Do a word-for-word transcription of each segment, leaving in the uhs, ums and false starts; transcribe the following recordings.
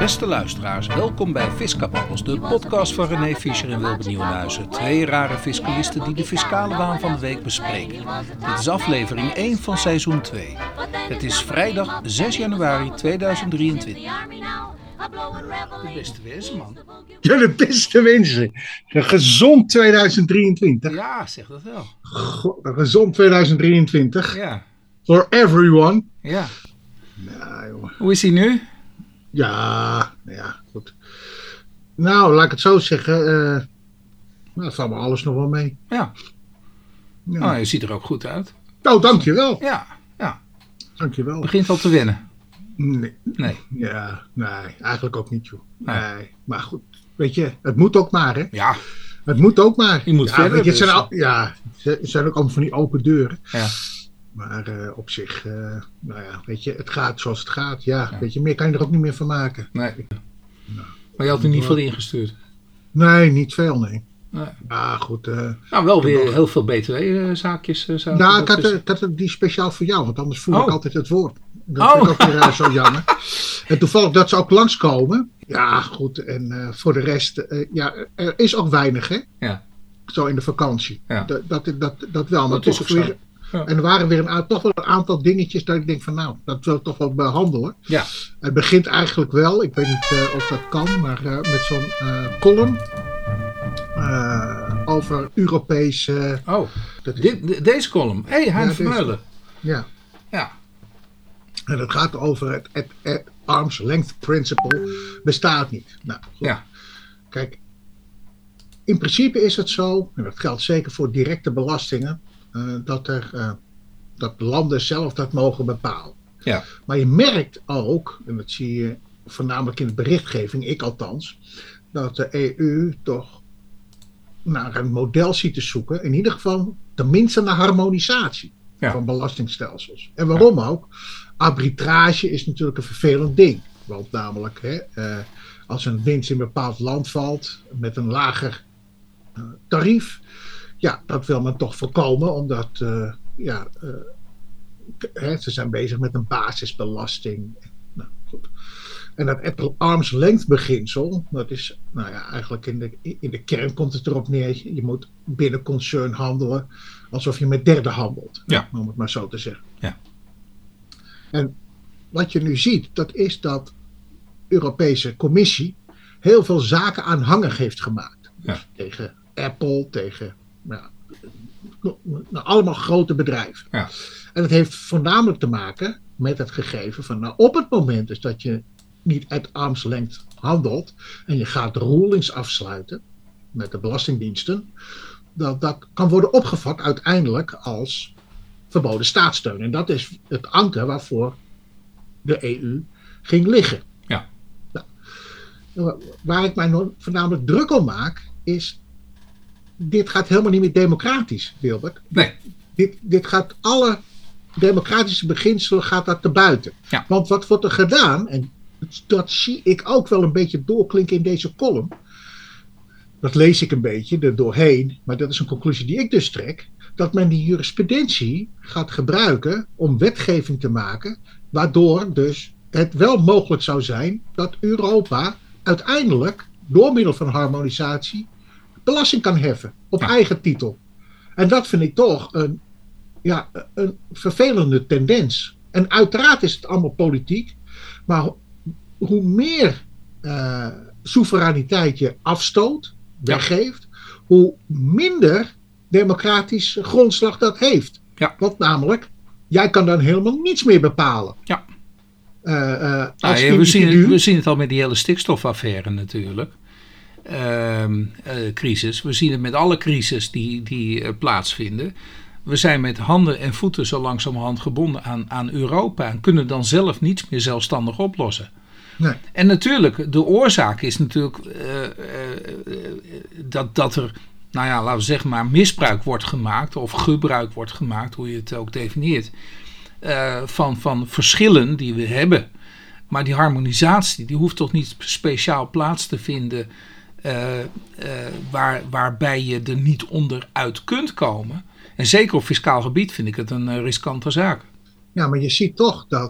Beste luisteraars, welkom bij Fiscababbels, de podcast van René Fischer en Wilbert Nieuwenhuizen. Twee rare fiscalisten die de fiscale waan van de week bespreken. Dit is aflevering één van seizoen twee. Het is vrijdag zes januari tweeduizend drieëntwintig. De beste wensen, man. Ja, de beste wensen. Een gezond tweeduizend drieëntwintig. Ja, zeg dat wel. God, een gezond tweeduizend drieëntwintig. Ja. For everyone. Ja. Nou, jongen. Hoe is hij nu? Ja, ja, goed. Nou, laat ik het zo zeggen. Uh, nou, valt me alles nog wel mee. Ja. ja. Nou, je ziet er ook goed uit. Oh, dankjewel. Ja, ja. Dankjewel. Begint al te winnen. Nee. Nee. Ja, nee, eigenlijk ook niet, joh. Nee. nee. Maar goed, weet je, het moet ook maar, hè? Ja. Het moet ook maar. Je moet ja, verder. Weet je, het zijn dus. al, ja, het zijn ook allemaal van die open deuren. Ja. Maar uh, op zich, uh, nou ja, weet je, het gaat zoals het gaat. Ja, ja, weet je, meer kan je er ook niet meer van maken. Nee. Nou, maar je had er niet veel ingestuurd? Nee, niet veel, nee. Nee. Ah, goed. Uh, nou, wel weer nog... heel veel B T W-zaakjes. Uh, nou, ik had, dus... ik had die speciaal voor jou, want anders voer oh. ik altijd het woord. Dat oh. vind ik ook weer uh, zo jammer. En toevallig dat ze ook langskomen. Ja, goed. En uh, voor de rest, uh, ja, er is ook weinig, hè? Ja. Zo in de vakantie. Ja. Dat, dat, dat, dat wel. Maar dat toch weer... Ja. En er waren weer een, toch wel een aantal dingetjes dat ik denk van nou, dat wil ik toch wel behandelen. Ja. Het begint eigenlijk wel, ik weet niet uh, of dat kan, maar uh, met zo'n uh, column uh, over Europese... Oh, dat is... de, deze column. Hé, hey, Hein ja, Vermeulen. Ja. Ja. En het gaat over het, het, het arm's length principle bestaat niet. Nou, goed. Ja. Kijk, in principe is het zo, en dat geldt zeker voor directe belastingen, Uh, dat, er, uh, dat landen zelf dat mogen bepalen. Ja. Maar je merkt ook, en dat zie je voornamelijk in de berichtgeving, ik althans, dat de E U toch naar een model ziet te zoeken, in ieder geval tenminste naar harmonisatie ja. van belastingstelsels. En waarom ja. ook? Arbitrage is natuurlijk een vervelend ding. Want namelijk, hè, uh, als een winst in een bepaald land valt met een lager uh, tarief, ja, dat wil men toch voorkomen, omdat uh, ja, uh, hè, ze zijn bezig met een basisbelasting. Nou, goed. En dat arm's length beginsel, dat is, nou ja, eigenlijk in de, in de kern komt het erop neer, je moet binnen concern handelen alsof je met derden handelt, ja. om het maar zo te zeggen. Ja. En wat je nu ziet, dat is dat de Europese Commissie heel veel zaken aanhangig heeft gemaakt. Ja. Dus tegen Apple, tegen... Nou, nou, allemaal grote bedrijven. Ja. En het heeft voornamelijk te maken met het gegeven van, nou, op het moment dus dat je niet uit arm's lengte handelt en je gaat rulings afsluiten met de belastingdiensten, dat dat kan worden opgevat uiteindelijk als verboden staatssteun. En dat is het anker waarvoor de E U ging liggen. Ja. Nou, waar ik mij voornamelijk druk om maak, is dit gaat helemaal niet meer democratisch, Wilbert. Nee. Dit, dit gaat alle democratische beginselen gaat dat te buiten. Ja. Want wat wordt er gedaan, en dat zie ik ook wel een beetje doorklinken in deze column. Dat lees ik een beetje er doorheen, maar dat is een conclusie die ik dus trek. Dat men die jurisprudentie gaat gebruiken om wetgeving te maken, waardoor dus het wel mogelijk zou zijn dat Europa uiteindelijk door middel van harmonisatie belasting kan heffen op ja. eigen titel. En dat vind ik toch een, ja, een vervelende tendens. En uiteraard is het allemaal politiek, maar ho- hoe meer uh, soevereiniteit je afstoot, weggeeft, ja. hoe minder democratisch grondslag dat heeft. Ja. Want namelijk, jij kan dan helemaal niets meer bepalen. Ja. Uh, uh, nou, ja, we, zien het, we zien het al met die hele stikstofaffaire natuurlijk. Uh, uh, crisis. We zien het met alle crises die, die uh, plaatsvinden. We zijn met handen en voeten zo langzamerhand gebonden aan, aan Europa en kunnen dan zelf niets meer zelfstandig oplossen. Nee. En natuurlijk, de oorzaak is natuurlijk uh, uh, uh, dat, dat er, nou ja, laten we zeggen maar misbruik wordt gemaakt of gebruik wordt gemaakt, hoe je het ook definieert, uh, van, van verschillen die we hebben. Maar die harmonisatie, die hoeft toch niet speciaal plaats te vinden Uh, uh, waar, waarbij je er niet onderuit kunt komen. En zeker op fiscaal gebied vind ik het een uh, riskante zaak. Ja, maar je ziet toch dat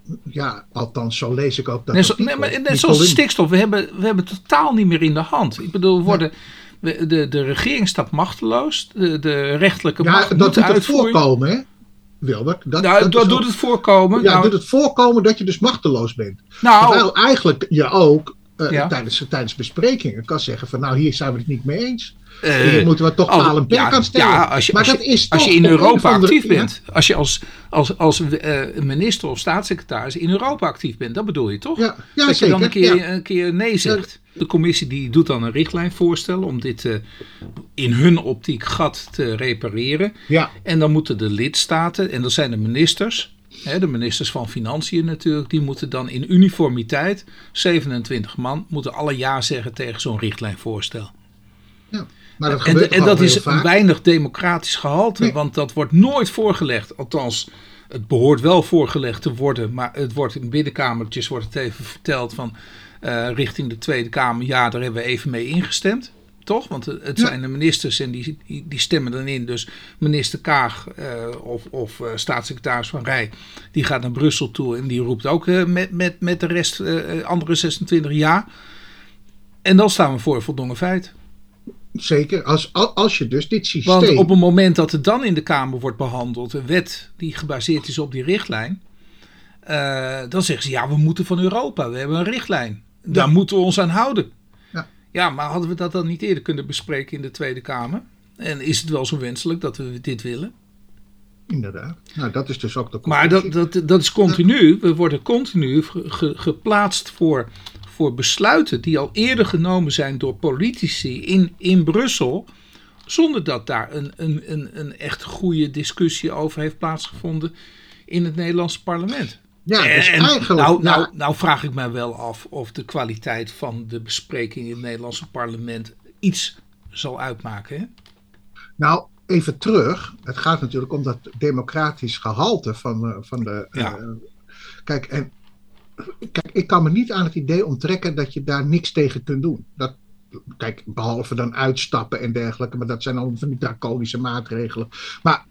ja, althans zo lees ik ook dat. Net, zo, nee, maar, net zoals de stikstof, we hebben, we hebben totaal niet meer in de hand. Ik bedoel, we worden, we, de, de regering staat machteloos, de, de rechterlijke ja, macht dat moet doet het uitvoeren. voorkomen, hè? Wilbert. Dat, nou, dat, dat doet wel, het voorkomen. Ja, nou, doet het voorkomen dat je dus machteloos bent. Nou, Terwijl eigenlijk je ook uh, ja. tijdens, tijdens besprekingen kan zeggen van nou, hier zijn we het niet mee eens. Uh, Hier moeten we toch paal en perk ja, aan stellen. Ja, als je, maar als je, dat is als toch je in Europa andere, actief ja? bent, als je als, als, als uh, minister of staatssecretaris in Europa actief bent, dat bedoel je toch? Ja, ja, dat zeker, je dan een keer, ja. een keer nee zegt. De commissie die doet dan een richtlijn voorstellen om dit uh, in hun optiek gat te repareren. Ja. En dan moeten de lidstaten, en dat zijn de ministers, hè, de ministers van Financiën natuurlijk, die moeten dan in uniformiteit, zevenentwintig man, moeten alle ja zeggen tegen zo'n richtlijnvoorstel. Ja. Maar dat en en dat is vaak. een weinig democratisch gehalte, nee. Want dat wordt nooit voorgelegd. Althans, het behoort wel voorgelegd te worden, maar het wordt in binnenkamertjes wordt het even verteld van uh, richting de Tweede Kamer. Ja, daar hebben we even mee ingestemd, toch? Want het zijn ja. de ministers en die, die, die stemmen dan in. Dus minister Kaag uh, of, of uh, staatssecretaris Van Rij, die gaat naar Brussel toe en die roept ook uh, met, met, met de rest uh, andere zesentwintig ja. En dan staan we voor een voldongen feit. Zeker, als, als je dus dit systeem... Want op het moment dat het dan in de Kamer wordt behandeld, een wet die gebaseerd is op die richtlijn, uh, dan zeggen ze, ja, we moeten van Europa, we hebben een richtlijn. Daar ja. moeten we ons aan houden. Ja. ja, maar hadden we dat dan niet eerder kunnen bespreken in de Tweede Kamer? En is het wel zo wenselijk dat we dit willen? Inderdaad. Nou, dat is dus ook de conclusie. Maar dat, dat, dat is continu, we worden continu ge, ge, geplaatst voor... voor besluiten die al eerder genomen zijn door politici in, in Brussel, zonder dat daar een, een, een, een echt goede discussie over heeft plaatsgevonden in het Nederlandse parlement. Ja, dus en, eigenlijk... Nou, nou, nou, nou vraag ik mij wel af of de kwaliteit van de bespreking in het Nederlandse parlement iets zal uitmaken. Hè? Nou, even terug. Het gaat natuurlijk om dat democratisch gehalte van, uh, van de... Ja. Uh, kijk, en Kijk, ik kan me niet aan het idee onttrekken dat je daar niks tegen kunt doen. Dat, kijk, behalve dan uitstappen en dergelijke, maar dat zijn allemaal van die draconische maatregelen. Maar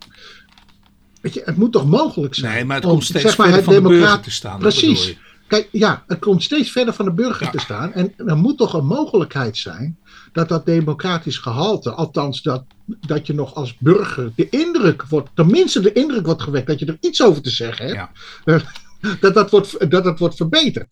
weet je, het moet toch mogelijk zijn? Nee, maar het om, komt steeds zeg maar, verder van democrat... de burger te staan. Precies. Kijk, ja, het komt steeds verder van de burger ja. te staan. En er moet toch een mogelijkheid zijn dat dat democratisch gehalte, althans dat, dat je nog als burger de indruk wordt, tenminste de indruk wordt gewekt dat je er iets over te zeggen hebt. Ja. Dat dat wordt, dat dat wordt verbeterd.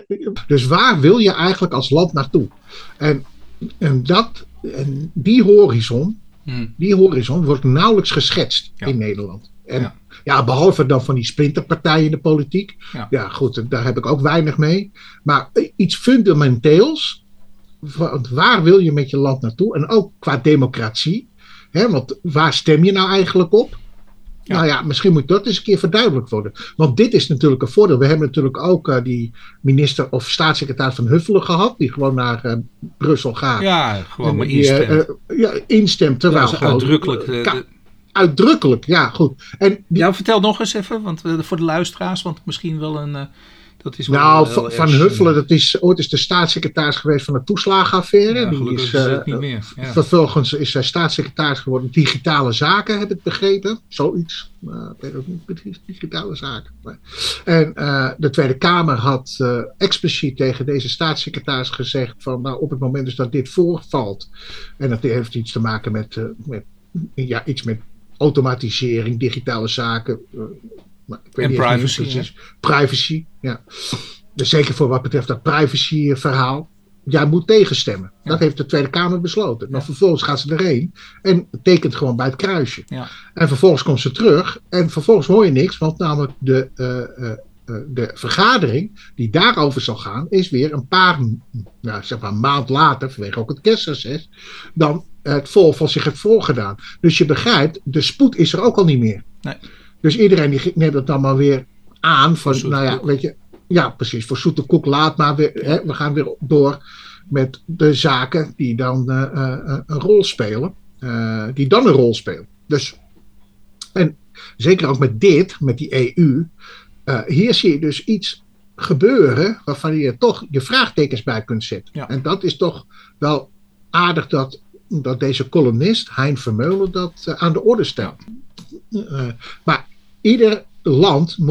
Dus waar wil je eigenlijk als land naartoe? En, en, dat, en die horizon, hmm. die horizon wordt nauwelijks geschetst ja. in Nederland. En ja. ja, behalve dan van die splinterpartijen in de politiek. Ja. ja, goed, daar heb ik ook weinig mee. Maar iets fundamenteels, want waar wil je met je land naartoe? En ook qua democratie. Hè, want waar stem je nou eigenlijk op? Ja. Nou ja, misschien moet dat eens een keer verduidelijkt worden. Want dit is natuurlijk een voordeel. We hebben natuurlijk ook uh, die minister of staatssecretaris van Huffelen gehad. Die gewoon naar uh, Brussel gaat. Ja, gewoon maar instemt. Uh, uh, ja, instemt. Terwijl ja, uitdrukkelijk. Uh, ka- uitdrukkelijk, ja goed. En die, ja, vertel nog eens even, want uh, voor de luisteraars. Want misschien wel een... Uh, dat is wel nou, wel van erg, Huffelen, dat is ooit is de staatssecretaris geweest van de toeslagenaffaire. Ja, die is, is het niet meer. Ja. Vervolgens is hij staatssecretaris geworden digitale zaken, heb ik begrepen. Zoiets. Uh, ik weet ook niet precies, digitale zaken. Maar. En uh, de Tweede Kamer had uh, expliciet tegen deze staatssecretaris gezegd van, nou, op het moment dus dat dit voorvalt, en dat heeft iets te maken met, uh, met ja, iets met automatisering, digitale zaken. Uh, Maar ik weet en niet privacy. Precies. Privacy, ja. Dus zeker voor wat betreft dat privacy verhaal. Jij moet tegenstemmen. Ja. Dat heeft de Tweede Kamer besloten. Maar ja. vervolgens gaat ze erheen en tekent gewoon bij het kruisje. Ja. En vervolgens komt ze terug en vervolgens hoor je niks. Want namelijk de, uh, uh, uh, de vergadering die daarover zal gaan is weer een paar nou, zeg maar een maand later, vanwege ook het kerstreces, dan het vol van zich heeft voorgedaan. Dus je begrijpt, de spoed is er ook al niet meer. Nee. Dus iedereen die neemt het dan maar weer aan. Van, nou ja, weet je, ja, precies. Voor zoete koek laat maar weer. Hè, we gaan weer door met de zaken die dan uh, uh, een rol spelen. Uh, die dan een rol spelen. Dus, en zeker ook met dit, met die E U. Uh, hier zie je dus iets gebeuren waarvan je toch je vraagtekens bij kunt zetten. Ja. En dat is toch wel aardig dat, dat deze columnist, Hein Vermeulen, dat uh, aan de orde stelt. Ja. Uh, maar ieder land moet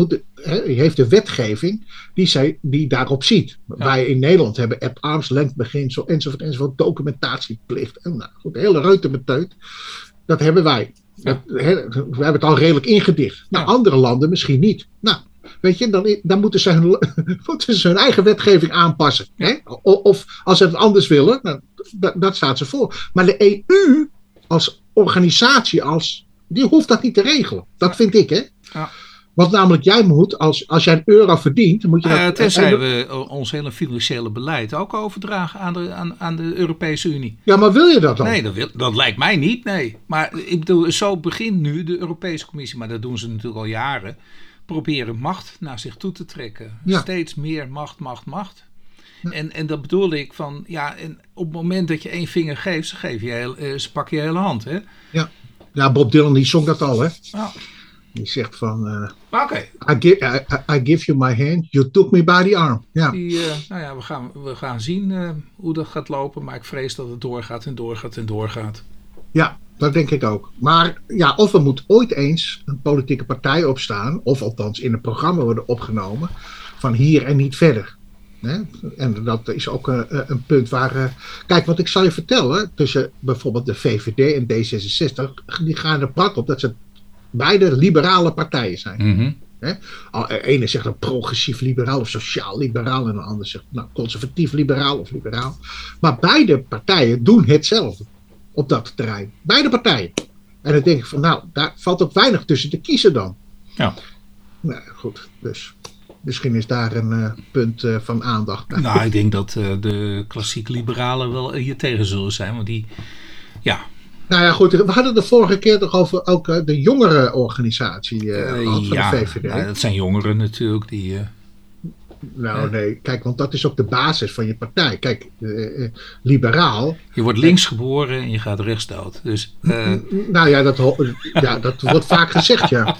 he, heeft de wetgeving die, zij, die daarop ziet. Ja. Wij in Nederland hebben at arm's length beginsel enzovoort enzovoort, documentatieplicht. En nou, goed, de hele reutemeteut. Dat hebben wij. Ja. Dat, he, we hebben het al redelijk ingedicht. Nou, ja. Andere landen misschien niet. Nou, weet je, dan, dan moeten, ze hun, moeten ze hun eigen wetgeving aanpassen. Ja. Hè? Of als ze het anders willen, nou, dat, dat staat ze voor. Maar de E U als organisatie, als, die hoeft dat niet te regelen. Dat vind ik, hè. Ja. Want namelijk, jij moet, als, als jij een euro verdient, dan moet je dat... Uh, tenzij we ons hele financiële beleid ook overdragen aan de, aan, aan de Europese Unie. Ja, maar wil je dat dan? Nee, dat, wil, dat lijkt mij niet, nee. Maar ik bedoel, zo begint nu de Europese Commissie, maar dat doen ze natuurlijk al jaren, proberen macht naar zich toe te trekken. Ja. Steeds meer macht, macht, macht. Ja. En, en dat bedoelde ik van, ja, en op het moment dat je één vinger geeft, ze, geef je heel, uh, ze pak je hele hand, hè. Ja. Ja, Bob Dylan die zong dat al, hè. Ja. Die zegt van, uh, okay. I, give, I, I give you my hand, you took me by the arm. Ja. Die, uh, nou ja, we gaan, we gaan zien uh, hoe dat gaat lopen, maar ik vrees dat het doorgaat en doorgaat en doorgaat. Ja, dat denk ik ook. Maar ja, of er moet ooit eens een politieke partij opstaan, of althans in een programma worden opgenomen, van hier en niet verder. Hè? En dat is ook uh, een punt waar... Uh, kijk, wat ik zal je vertellen, tussen bijvoorbeeld de V V D en D zesenzestig, die gaan er prat op dat ze beide liberale partijen zijn. Mm-hmm. Hè? De ene zegt een progressief liberaal of sociaal liberaal en de ander zegt nou, conservatief liberaal of liberaal. Maar beide partijen doen hetzelfde op dat terrein. Beide partijen. En dan denk ik van nou, daar valt ook weinig tussen te kiezen dan. Ja. Nou goed, dus misschien is daar een uh, punt uh, van aandacht bij. Nou, ik denk dat uh, de klassiek liberalen wel hier tegen zullen zijn, want die, ja... Nou ja, goed, we hadden de vorige keer toch over ook uh, de jongerenorganisatie uh, uh, van ja, de V V D. Nou, dat zijn jongeren natuurlijk die... Uh, nou uh, nee, kijk, want dat is ook de basis van je partij. Kijk, uh, uh, liberaal... Je wordt links geboren en je gaat rechts dood. Dus, uh, nou ja, dat, ja, dat wordt vaak gezegd, ja.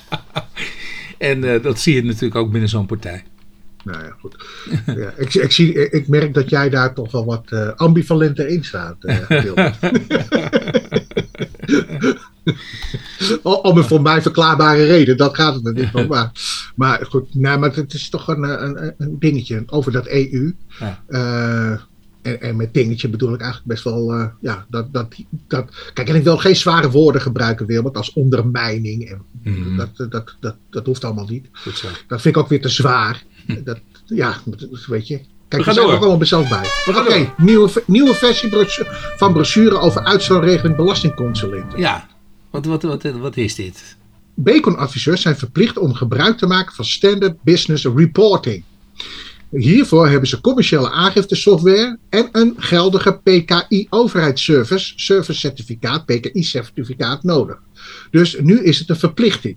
En uh, dat zie je natuurlijk ook binnen zo'n partij. Nou ja, goed. Ja, ik, ik, zie, ik merk dat jij daar toch wel wat uh, ambivalenter in staat. Uh, Om een voor mij verklaarbare reden, dat gaat het er niet om. Maar, maar goed, nou, maar het is toch een, een, een dingetje over dat E U. Ja. Uh, en, en met dingetje bedoel ik eigenlijk best wel, uh, ja, dat, dat, dat... Kijk, en ik wil geen zware woorden gebruiken, Wilbert, als ondermijning. En mm-hmm. dat, dat, dat, dat hoeft allemaal niet. Goed zo. Dat vind ik ook weer te zwaar. Hm. Dat, ja, weet je. Kijk, we zijn er ook allemaal mezelf bij. Oké, okay, nieuwe, nieuwe versie van brochure over uitstelregeling belastingconsulenten. Ja, wat, wat, wat, wat is dit? Bacon-adviseurs zijn verplicht om gebruik te maken van Standard Business Reporting. Hiervoor hebben ze commerciële aangiftesoftware en een geldige P K I-overheidsservice, service certificaat, P K I-certificaat nodig. Dus nu is het een verplichting.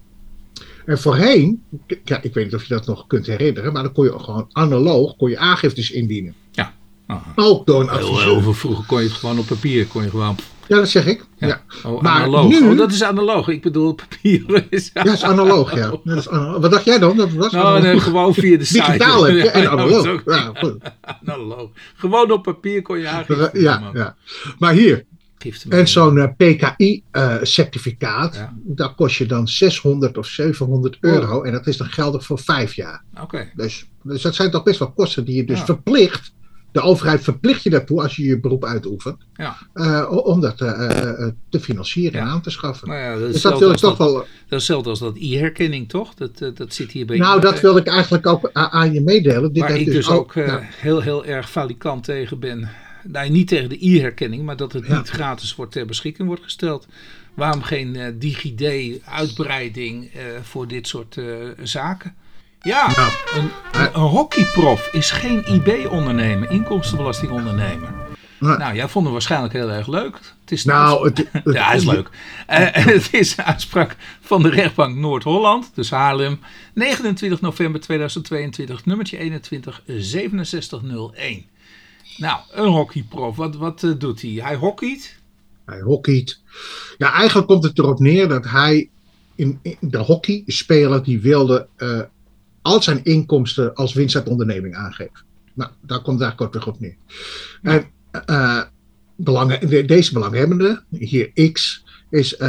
En voorheen, ja, ik weet niet of je dat nog kunt herinneren, maar dan kon je gewoon analoog kon je aangiftes indienen. Ja. Aha. Ook door een adviseur. Heel, heel vroeger kon je het gewoon op papier, kon je gewoon... Ja, dat zeg ik. Ja. Ja. Oh, maar analoog. Nu... Oh, dat is analoog. Ik bedoel, papier is Ja, dat is analoog, ja. Dat is analoog. Wat dacht jij dan? Dat was nou, nee, gewoon via de site. Digitaal heb je en analoog. Ja, goed. Analoog. Gewoon op papier kon je aangifte. Ja, ja. Maar hier. En zo'n uh, P K I-certificaat, uh, ja. dat kost je dan zeshonderd of zevenhonderd euro. Oh. En dat is dan geldig voor vijf jaar. Okay. Dus, dus dat zijn toch best wel kosten die je dus ja. verplicht... De overheid verplicht je daartoe als je je beroep uitoefent. Ja. Uh, om dat uh, uh, te financieren ja. en aan te schaffen. Nou ja, dat dus dat wil ik toch dat, wel... Dat is hetzelfde als dat e-herkenning, toch? Dat, uh, dat zit hier bij Nou, dat wil ik eigenlijk ook a- aan je meedelen. Dit Waar ik dus, dus ook, ook uh, ja. heel, heel erg valikant tegen ben. Nou, niet tegen de e-herkenning, maar dat het ja. niet gratis wordt ter beschikking wordt gesteld. Waarom geen uh, DigiD-uitbreiding uh, voor dit soort uh, zaken? Ja, nou, een, een, een hockeyprof is geen I B-ondernemer, inkomstenbelastingondernemer. Nee. Nou, jij vond het waarschijnlijk heel erg leuk. Het is nou, het, het, ja, het is leuk. Uh, het is een uitspraak van de rechtbank Noord-Holland, dus Haarlem, negenentwintig november tweeduizend tweeëntwintig, nummertje eenentwintig zevenenzestig nul één. Nou, een hockeyprof, wat, wat uh, doet hij? Hij hockeyt? Hij hockeyt. Ja, eigenlijk komt het erop neer dat hij in, in de hockeyspeler die wilde... Uh, al zijn inkomsten als winst uit onderneming aangeven. Nou, daar komt daar kort weer op neer. Ja. En uh, belangen, deze belanghebbende, hier X, is uh,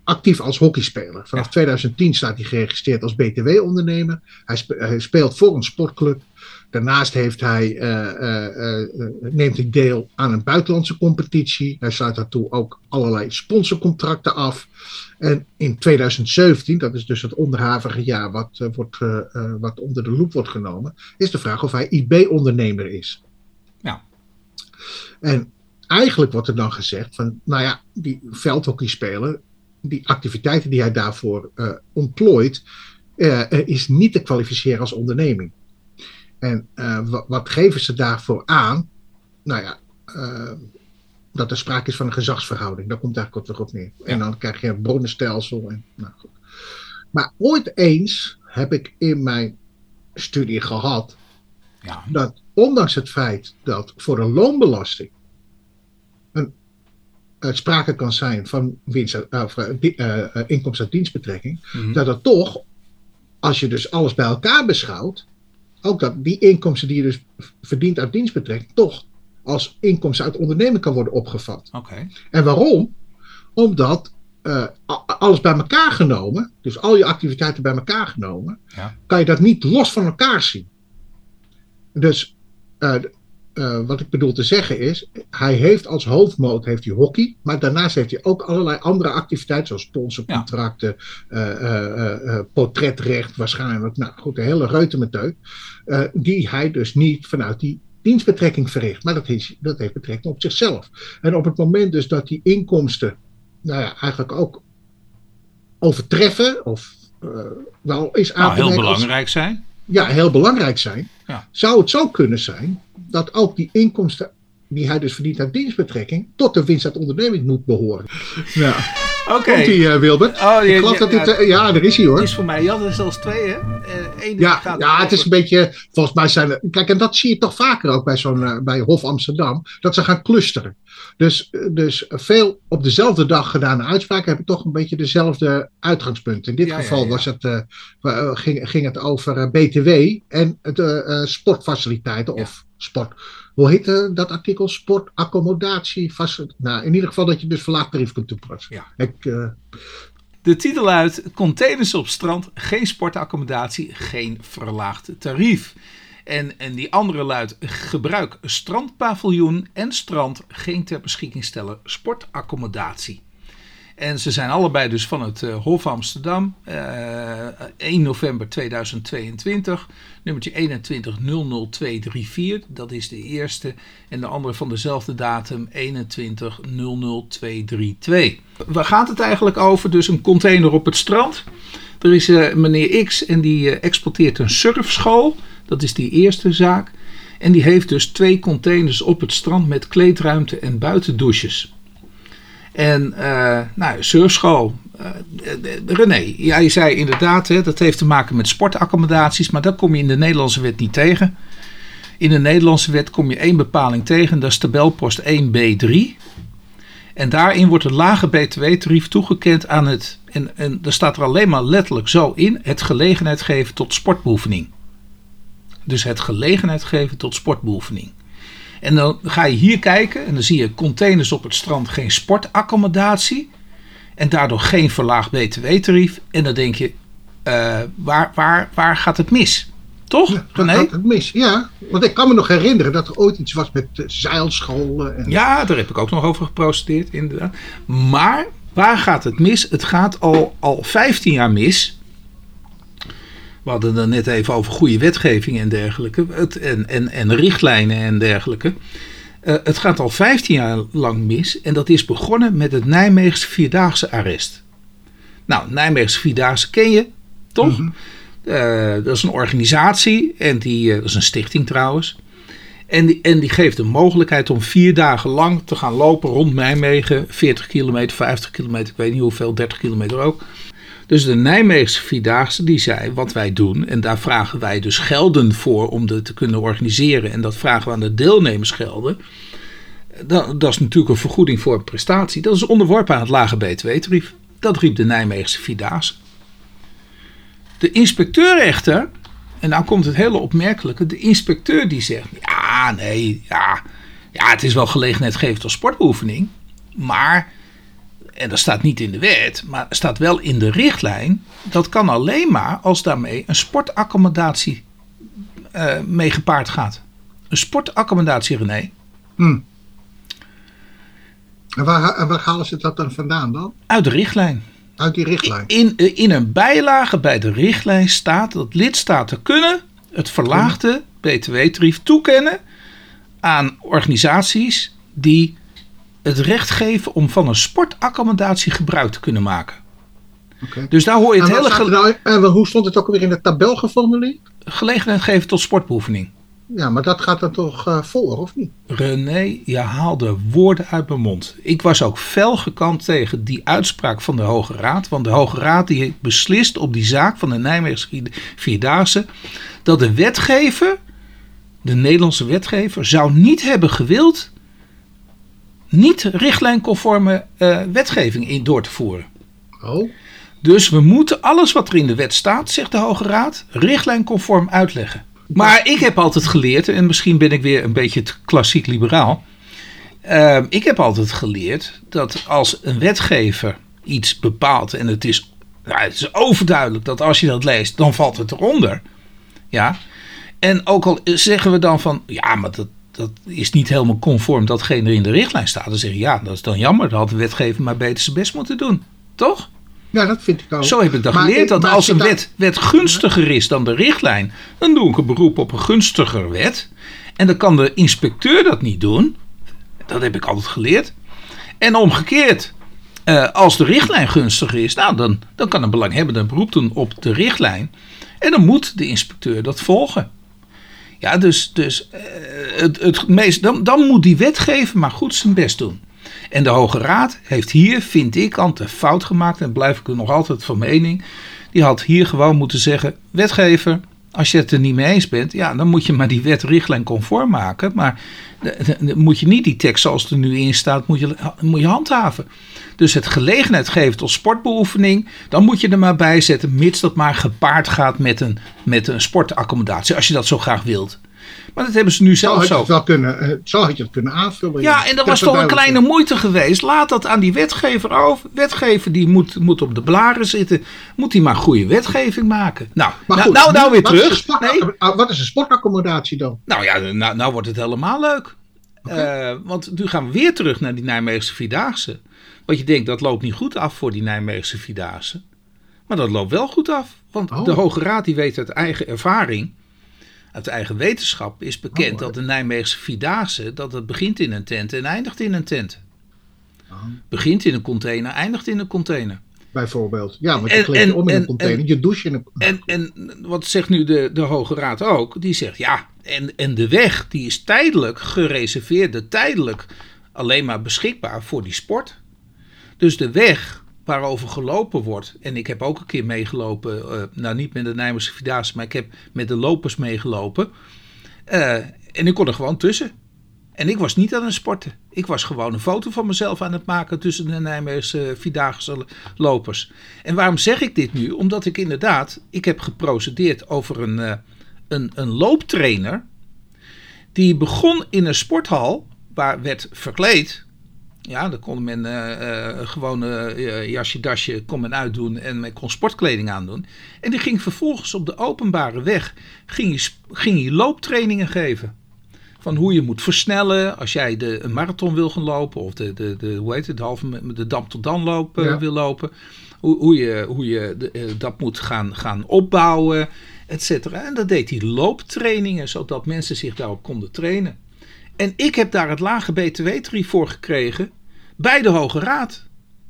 actief als hockeyspeler. Vanaf Ja. tweeduizend tien staat hij geregistreerd als B T W-ondernemer. Hij, spe- hij speelt voor een sportclub. Daarnaast heeft hij, uh, uh, uh, neemt hij deel aan een buitenlandse competitie. Hij sluit daartoe ook allerlei sponsorcontracten af. En in tweeduizend zeventien, dat is dus het onderhavige jaar wat, uh, wordt, uh, uh, wat onder de loep wordt genomen, is de vraag of hij I B-ondernemer is. Ja. En eigenlijk wordt er dan gezegd van, nou ja, die veldhockeyspeler, die activiteiten die hij daarvoor uh, ontplooit, uh, is niet te kwalificeren als onderneming. En uh, wat, wat geven ze daarvoor aan? Nou ja, uh, dat er sprake is van een gezagsverhouding. Daar komt eigenlijk wat weer op neer. Ja. En dan krijg je een bronnenstelsel. En, nou goed. Maar ooit eens heb ik in mijn studie gehad, ja, dat ondanks het feit dat voor een loonbelasting een, uh, sprake kan zijn van winst, uh, uh, uh, inkomsten uit dienstbetrekking, mm-hmm. dat het toch, als je dus alles bij elkaar beschouwt, ook dat die inkomsten die je dus verdient uit dienstbetrekking toch als inkomsten uit onderneming kan worden opgevat. Okay. En waarom? Omdat uh, alles bij elkaar genomen, dus al je activiteiten bij elkaar genomen, ja. kan je dat niet los van elkaar zien. Dus uh, uh, wat ik bedoel te zeggen is, hij heeft als hoofdmoot heeft hij hockey, maar daarnaast heeft hij ook allerlei andere activiteiten, zoals sponsorcontracten, ja. uh, uh, uh, portretrecht waarschijnlijk, nou goed, een hele reutemeteut, uh, die hij dus niet vanuit die dienstbetrekking verricht, maar dat, is, dat heeft betrekking op zichzelf. En op het moment dus dat die inkomsten, nou ja, eigenlijk ook overtreffen, of uh, wel is aan nou, heel belangrijk als, zijn. Ja, heel belangrijk zijn. Ja. Zou het zo kunnen zijn dat ook die inkomsten die hij dus verdient uit dienstbetrekking tot de winst uit onderneming moet behoren. Ja. Oké. Okay. Komt ie, uh, Wilbert? Oh, ik geloof ja, dat dit... Uh, ja, daar is hij hoor. Het is voor mij, ja, dat is zelfs twee hè? Uh, Eén ja, gaat ja het is een beetje, volgens mij zijn er... Kijk, en dat zie je toch vaker ook bij zo'n, uh, bij Hof Amsterdam, dat ze gaan clusteren. Dus, dus veel op dezelfde dag gedane uitspraken hebben toch een beetje dezelfde uitgangspunten. In dit ja, geval ja, ja. Was het, uh, uh, ging, ging het over uh, B T W en het, uh, uh, sportfaciliteiten ja. of sport... Hoe heet uh, dat artikel? Sportaccommodatie. Nou, in ieder geval dat je dus verlaagd tarief kunt toepassen. Ja. Ik, uh... De titel luidt: containers op strand, geen sportaccommodatie, geen verlaagd tarief. En, en die andere luidt: gebruik strandpaviljoen en strand, geen ter beschikking stellen sportaccommodatie. En ze zijn allebei dus van het uh, Hof Amsterdam, uh, één november tweeduizend tweeëntwintig, nummertje eenentwintig nul nul twee drie vier, dat is de eerste, en de andere van dezelfde datum eenentwintig nul nul twee drie twee. Waar gaat het eigenlijk over? Dus een container op het strand. Er is uh, meneer X en die uh, exploiteert een surfschool, dat is die eerste zaak. En die heeft dus twee containers op het strand met kleedruimte en buitendouches. En uh, nou, surfschool. Uh, René, jij zei inderdaad, hè, dat heeft te maken met sportaccommodaties, maar dat kom je in de Nederlandse wet niet tegen. In de Nederlandse wet kom je één bepaling tegen, dat is tabelpost één B drie. En daarin wordt het lage B T W-tarief toegekend aan het, en, en daar staat er alleen maar letterlijk zo in, het gelegenheid geven tot sportbeoefening. Dus het gelegenheid geven tot sportbeoefening. En dan ga je hier kijken en dan zie je containers op het strand, geen sportaccommodatie. En daardoor geen verlaagd B T W-tarief. En dan denk je, uh, waar, waar, waar gaat het mis? Toch, ja, René? Gaat het mis, ja. Want ik kan me nog herinneren dat er ooit iets was met uh, zeilscholen. En... Ja, daar heb ik ook nog over geprocedeerd, inderdaad. Maar waar gaat het mis? Het gaat al, al vijftien jaar mis. We hadden het net even over goede wetgeving en dergelijke. Het, en, en, en richtlijnen en dergelijke. Uh, het gaat al vijftien jaar lang mis. En dat is begonnen met het Nijmeegse Vierdaagse arrest. Nou, Nijmeegse Vierdaagse ken je, toch? Mm-hmm. Uh, dat is een organisatie. En die, uh, dat is een stichting trouwens. En die, en die geeft de mogelijkheid om vier dagen lang te gaan lopen rond Nijmegen. veertig kilometer, vijftig kilometer, ik weet niet hoeveel, dertig kilometer ook. Dus de Nijmeegse Vierdaagse die zei wat wij doen. En daar vragen wij dus gelden voor om dat te kunnen organiseren. En dat vragen we aan de deelnemersgelden. Dat, dat is natuurlijk een vergoeding voor een prestatie. Dat is onderworpen aan het lage B T W-tarief. Dat riep de Nijmeegse Vierdaagse. De inspecteur echter, en nou komt het hele opmerkelijke. De inspecteur die zegt, ja nee, ja, ja het is wel gelegenheid geven tot sportbeoefening. Maar en dat staat niet in de wet, maar staat wel in de richtlijn. Dat kan alleen maar als daarmee een sportaccommodatie uh, mee gepaard gaat. Een sportaccommodatie, René. Hmm. En waar, en waar halen ze dat dan vandaan dan? Uit de richtlijn. Uit die richtlijn? In, in, in een bijlage bij de richtlijn staat dat lidstaten kunnen het verlaagde B T W-tarief toekennen aan organisaties die het recht geven om van een sportaccommodatie gebruik te kunnen maken. Okay. Dus daar hoor je het en hele... Ge- nou, en hoe stond het ook alweer in de tabel geformuleerd? Gelegenheid geven tot sportbeoefening. Ja, maar dat gaat dan toch uh, volgen, of niet? René, je haalde woorden uit mijn mond. Ik was ook fel gekant tegen die uitspraak van de Hoge Raad. Want de Hoge Raad die heeft beslist op die zaak van de Nijmeegse Vierdaagse dat de wetgever, de Nederlandse wetgever, zou niet hebben gewild niet richtlijnconforme uh, wetgeving in door te voeren. Oh. Dus we moeten alles wat er in de wet staat, zegt de Hoge Raad, richtlijnconform uitleggen. Maar ik heb altijd geleerd, en misschien ben ik weer een beetje te klassiek liberaal. Uh, ik heb altijd geleerd dat als een wetgever iets bepaalt en het is, nou, het is overduidelijk dat als je dat leest, dan valt het eronder. Ja. En ook al zeggen we dan van, ja, maar dat, dat is niet helemaal conform datgene er in de richtlijn staat. Dan zeg je, ja, dat is dan jammer. Dan had de wetgever maar beter zijn best moeten doen. Toch? Ja, dat vind ik ook. Zo heb ik dan maar, geleerd dat als een dat... wet, wet gunstiger is dan de richtlijn, dan doe ik een beroep op een gunstiger wet. En dan kan de inspecteur dat niet doen. Dat heb ik altijd geleerd. En omgekeerd, uh, als de richtlijn gunstiger is, nou, dan, dan kan een belanghebbende een beroep doen op de richtlijn. En dan moet de inspecteur dat volgen. Ja, dus, dus uh, het, het meest, dan, dan moet die wetgever maar goed zijn best doen. En de Hoge Raad heeft hier, vind ik, een fout gemaakt. En blijf ik er nog altijd van mening. Die had hier gewoon moeten zeggen, wetgever, als je het er niet mee eens bent, ja, dan moet je maar die wet richtlijn conform maken. Maar dan moet je niet die tekst zoals er nu in staat, moet je, moet je handhaven. Dus het gelegenheid geven tot sportbeoefening, dan moet je er maar bij zetten, mits dat maar gepaard gaat met een, met een sportaccommodatie, als je dat zo graag wilt. Maar dat hebben ze nu zelf zo. Zo had je het, wel kunnen, zo had je het kunnen aanvullen. Ja, en dat was toch een kleine moeite geweest. Laat dat aan die wetgever over. Wetgever die moet, moet op de blaren zitten. Moet die maar goede wetgeving maken. Nou, maar nou, goed, nou, nou weer wat terug. Is sport, nee. Wat is een sportaccommodatie dan? Nou ja, nou, nou wordt het helemaal leuk. Okay. Uh, want nu gaan we weer terug naar die Nijmeegse Vierdaagse. Want je denkt, dat loopt niet goed af voor die Nijmeegse Vierdaagse. Maar dat loopt wel goed af. Want oh. de Hoge Raad die weet uit eigen ervaring, uit eigen wetenschap is bekend oh, dat de Nijmeegse Vierdaagse, dat het begint in een tent en eindigt in een tent. Oh. Begint in een container, eindigt in een container. Bijvoorbeeld. Ja, want je kleedt je om in en, een container, en, je doucht in een container. En, en wat zegt nu de, de Hoge Raad ook? Die zegt, ja, en, en de weg die is tijdelijk gereserveerd, tijdelijk alleen maar beschikbaar voor die sport. Dus de weg waarover gelopen wordt, en ik heb ook een keer meegelopen, uh, nou niet met de Nijmeegse Vierdaagse, maar ik heb met de lopers meegelopen. Uh, en ik kon er gewoon tussen. En ik was niet aan het sporten. Ik was gewoon een foto van mezelf aan het maken tussen de Nijmeegse Vierdaagse lopers. En waarom zeg ik dit nu? Omdat ik inderdaad, ik heb geprocedeerd over een, uh, een, een looptrainer. Die begon in een sporthal, waar werd verkleed. Ja, dan kon men uh, uh, gewoon uh, jasje, dasje, kon men uitdoen en men kon sportkleding aandoen. En die ging vervolgens op de openbare weg, ging je, ging je looptrainingen geven. Van hoe je moet versnellen als jij de, een marathon wil gaan lopen of de, de, de, hoe heet het, de, halve, de Dam tot Dan loop uh, ja. wil lopen. Hoe, hoe je, hoe je de, uh, dat moet gaan, gaan opbouwen, et cetera. En dat deed hij looptrainingen, zodat mensen zich daarop konden trainen. En ik heb daar het lage B T W-tarief voor gekregen bij de Hoge Raad.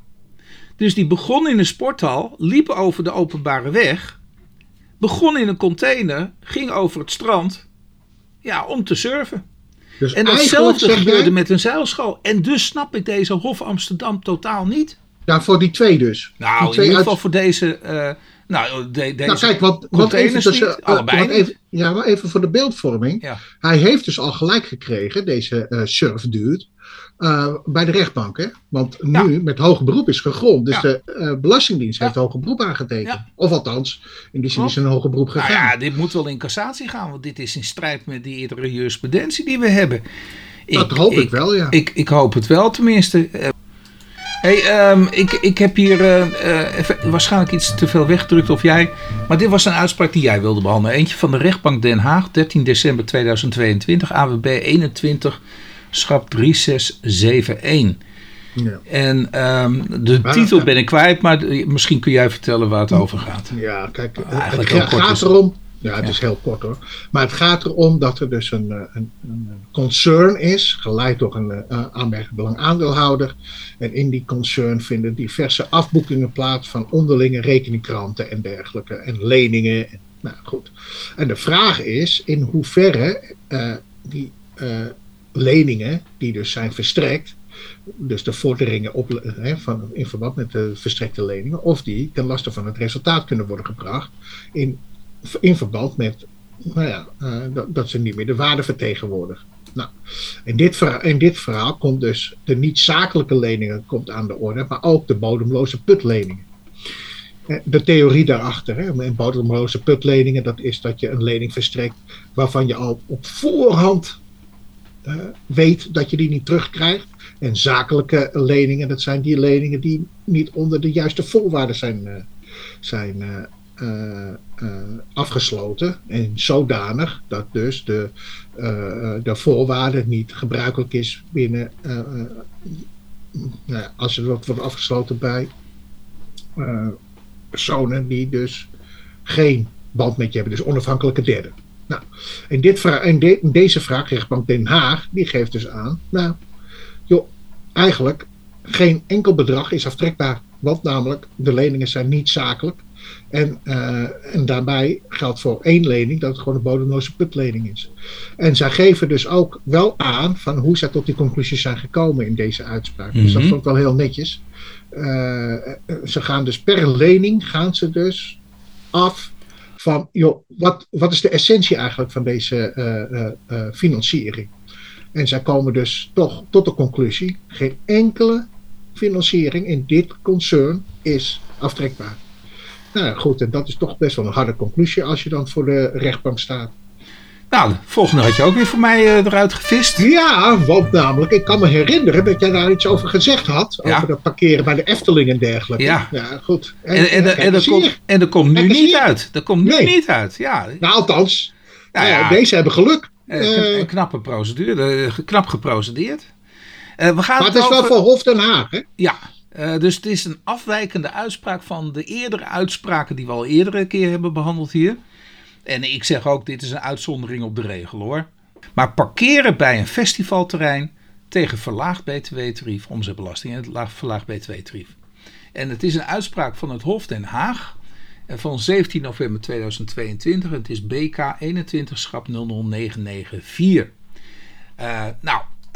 Dus die begon in een sporthal, liep over de openbare weg, begon in een container, ging over het strand, ja, om te surfen. Dus en datzelfde gebeurde jij met een zeilschool. En dus snap ik deze Hof Amsterdam totaal niet. Ja, voor die twee dus. Nou, die in twee ieder geval uit... voor deze... Uh, nou, de, deze nou, kijk, wat, wat even tussen, niet, allebei wat niet. Even, ja, maar even voor de beeldvorming. Ja. Hij heeft dus al gelijk gekregen, deze uh, surfdude, uh, bij de rechtbank. Hè? Want nu ja. met hoger beroep is gegrond. Dus ja. de uh, Belastingdienst ja. heeft hoger beroep aangetekend. Ja. Of althans, in die zin is een hoger beroep gegaan. Nou ja, dit moet wel in cassatie gaan. Want dit is in strijd met die eerdere jurisprudentie die we hebben. Ik, dat hoop ik, ik wel, ja. Ik, ik hoop het wel tenminste. Hey, um, ik, ik heb hier uh, uh, even, waarschijnlijk iets te veel weggedrukt of jij. Maar dit was een uitspraak die jij wilde behandelen. Eentje van de rechtbank Den Haag, dertien december tweeduizend tweeëntwintig, A W B eenentwintig, schrap drie zes zeven een. Ja. En um, de maar, titel ben ik kwijt, maar misschien kun jij vertellen waar het over gaat. Ja, kijk, uh, het ga, gaat erom... Ja, het ja. is heel kort hoor. Maar het gaat erom dat er dus een, een, een concern is, geleid door een uh, aanmerkelijk belang aandeelhouder. En in die concern vinden diverse afboekingen plaats van onderlinge rekeningkranten en dergelijke. En leningen. En, nou goed. En de vraag is in hoeverre uh, die uh, leningen die dus zijn verstrekt, dus de vorderingen op, hè, van, in verband met de verstrekte leningen, of die ten laste van het resultaat kunnen worden gebracht in in verband met nou ja, uh, dat, dat ze niet meer de waarde vertegenwoordigen. Nou, in, dit verhaal, in dit verhaal komt dus de niet-zakelijke leningen komt aan de orde, maar ook de bodemloze putleningen. De theorie daarachter, hè, in bodemloze putleningen, dat is dat je een lening verstrekt waarvan je al op voorhand uh, weet dat je die niet terugkrijgt. En zakelijke leningen, dat zijn die leningen die niet onder de juiste voorwaarden zijn, uh, zijn uh, Uh, uh, afgesloten en zodanig dat dus de, uh, de voorwaarde niet gebruikelijk is binnen uh, uh, nou, als er wordt afgesloten bij uh, personen die dus geen band met je hebben, dus onafhankelijke derden. Nou, in, dit vra- in, de- in deze vraag, rechtbank Den Haag, die geeft dus aan, nou, joh, eigenlijk geen enkel bedrag is aftrekbaar, want namelijk de leningen zijn niet zakelijk. En, uh, en daarbij geldt voor één lening dat het gewoon een bodemloze putlening is. En zij geven dus ook wel aan van hoe zij tot die conclusies zijn gekomen in deze uitspraak. Mm-hmm. Dus dat vond ik wel heel netjes. Uh, ze gaan dus per lening gaan ze dus af van joh, wat, wat is de essentie eigenlijk van deze uh, uh, uh, financiering. En zij komen dus toch tot de conclusie, geen enkele financiering in dit concern is aftrekbaar. Nou goed, en dat is toch best wel een harde conclusie als je dan voor de rechtbank staat. Nou, de volgende had je ook weer voor mij uh, eruit gevist. Ja, want namelijk, ik kan me herinneren dat jij daar iets over gezegd had. Ja. Over dat parkeren bij de Efteling en dergelijke. Ja, ja goed. En, en, en, en, en, dat komt, en dat komt nu niet uit. Dat komt nu nee. niet uit, ja. Nou, althans, nou, ja, deze hebben geluk. Uh, uh, een knappe procedure, uh, knap geprocedeerd. Uh, we gaan maar het, het is over... wel voor Hof Den Haag, hè? Ja. Uh, dus het is een afwijkende uitspraak van de eerdere uitspraken die we al eerdere keer hebben behandeld hier. En ik zeg ook, dit is een uitzondering op de regel hoor. Maar parkeren bij een festivalterrein tegen verlaagd B T W-tarief, omzetbelasting en het verlaagd B T W-tarief. En het is een uitspraak van het Hof Den Haag van zeventien november tweeduizend tweeëntwintig. Het is B K eenentwintig schrap nul nul negen negen vier. Uh, nou...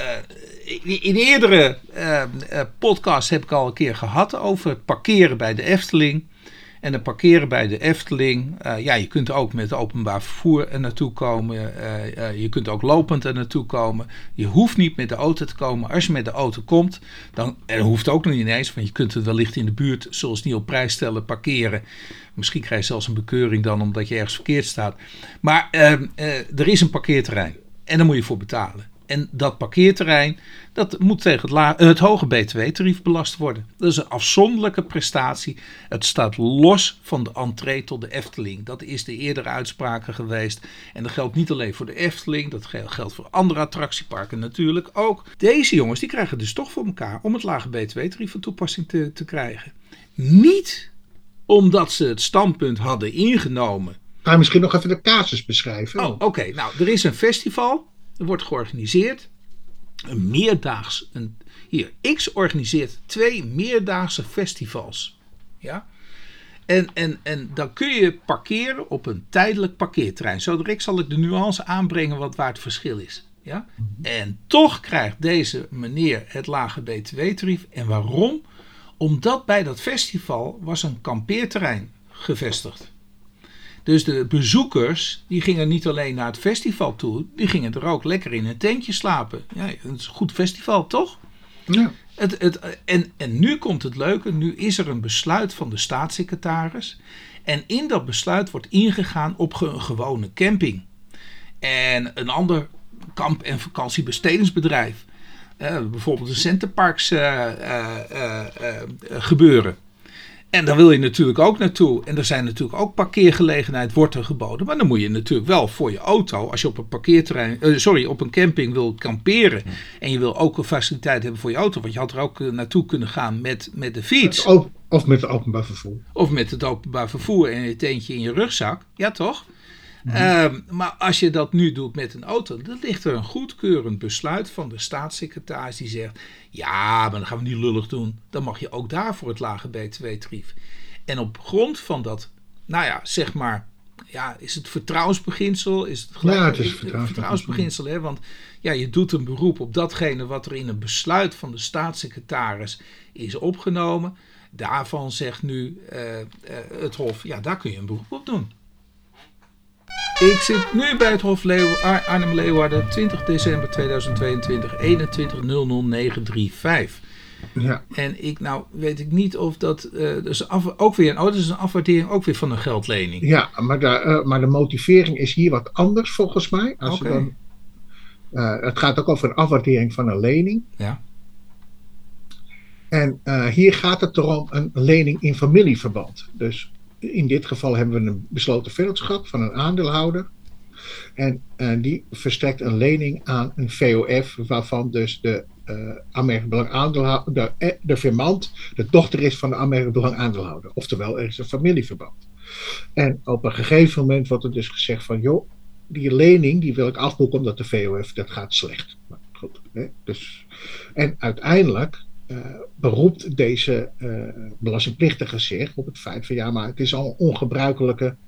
Uh, in eerdere uh, uh, podcasts heb ik al een keer gehad over het parkeren bij de Efteling. En het parkeren bij de Efteling, uh, ja, je kunt ook met openbaar vervoer er naartoe komen. Uh, uh, je kunt ook lopend er naartoe komen. Je hoeft niet met de auto te komen. Als je met de auto komt, dan en dat hoeft ook nog niet eens, want je kunt het wellicht in de buurt, zoals niet op prijs stellen, parkeren. Misschien krijg je zelfs een bekeuring dan omdat je ergens verkeerd staat. Maar uh, uh, er is een parkeerterrein en daar moet je voor betalen. En dat parkeerterrein, dat moet tegen het, la- het hoge B T W-tarief belast worden. Dat is een afzonderlijke prestatie. Het staat los van de entree tot de Efteling. Dat is de eerdere uitspraken geweest. En dat geldt niet alleen voor de Efteling, dat geldt voor andere attractieparken natuurlijk ook. Deze jongens die krijgen dus toch voor elkaar om het lage B T W-tarief van toepassing te, te krijgen. Niet omdat ze het standpunt hadden ingenomen. Ga je misschien nog even de casus beschrijven? Oh, oké. Okay. Nou, er is een festival. Er wordt georganiseerd, een meerdaags, een, hier, X organiseert twee meerdaagse festivals. Ja? En, en, en dan kun je parkeren op een tijdelijk parkeerterrein. Zo direct zal ik de nuance aanbrengen wat waar het verschil is. Ja? En toch krijgt deze meneer het lage B T W-tarief. En waarom? Omdat bij dat festival was een kampeerterrein gevestigd. Dus de bezoekers, die gingen niet alleen naar het festival toe, die gingen er ook lekker in een tentje slapen. Ja, het is een goed festival, toch? Ja. Het, het, en, en nu komt het leuke, nu is er een besluit van de staatssecretaris. En in dat besluit wordt ingegaan op ge, een gewone camping. En een ander kamp- en vakantiebestedingsbedrijf. Uh, bijvoorbeeld de Centerparks uh, uh, uh, uh, gebeuren. En daar wil je natuurlijk ook naartoe. En er zijn natuurlijk ook parkeergelegenheid wordt er geboden. Maar dan moet je natuurlijk wel voor je auto, als je op een parkeerterrein, uh, sorry, op een camping wil kamperen. Ja. En je wil ook een faciliteit hebben voor je auto. Want je had er ook uh, naartoe kunnen gaan met, met de fiets. Of met het openbaar vervoer. Of met het openbaar vervoer en het eentje in je rugzak. Ja, toch? Mm-hmm. Um, maar als je dat nu doet met een auto, dan ligt er een goedkeurend besluit van de staatssecretaris die zegt, ja, maar dan gaan we niet lullig doen. Dan mag je ook daarvoor het lage B T W-tarief. En op grond van dat, nou ja, zeg maar, ja, is het vertrouwensbeginsel? Is het gelijk? Ja, het is vertrouwensbeginsel. vertrouwensbeginsel, hè? Want ja, je doet een beroep op datgene wat er in een besluit van de staatssecretaris is opgenomen. Daarvan zegt nu uh, uh, het Hof, ja, daar kun je een beroep op doen. Ik zit nu bij het Hof Leeuw- Ar- Arnhem-Leeuwarden, twintig december tweeduizend tweeëntwintig, eenentwintig nul nul negen drie vijf. Ja. En ik, nou weet ik niet of dat, uh, dus af, ook weer een, oh, dat is een afwaardering ook weer van een geldlening. Ja, maar de, uh, maar de motivering is hier wat anders volgens mij. Als okay. je dan, uh, het gaat ook over een afwaardering van een lening. Ja. En uh, hier gaat het erom een lening in familieverband. Dus in dit geval hebben we een besloten vennootschap van een aandeelhouder. En uh, die verstrekt een lening aan een V O F, waarvan dus de uh, aanmerkelijk belang aandeelhouder, de, de firmant, de dochter is van de aanmerkelijk belang aandeelhouder. Oftewel, er is een familieverband. En op een gegeven moment wordt er dus gezegd van, joh, die lening die wil ik afboeken omdat de V O F, dat gaat slecht. Maar goed, hè? Dus, en uiteindelijk Uh, beroept deze uh, belastingplichtige zich op het feit van ja, maar het is al een ongebruikelijke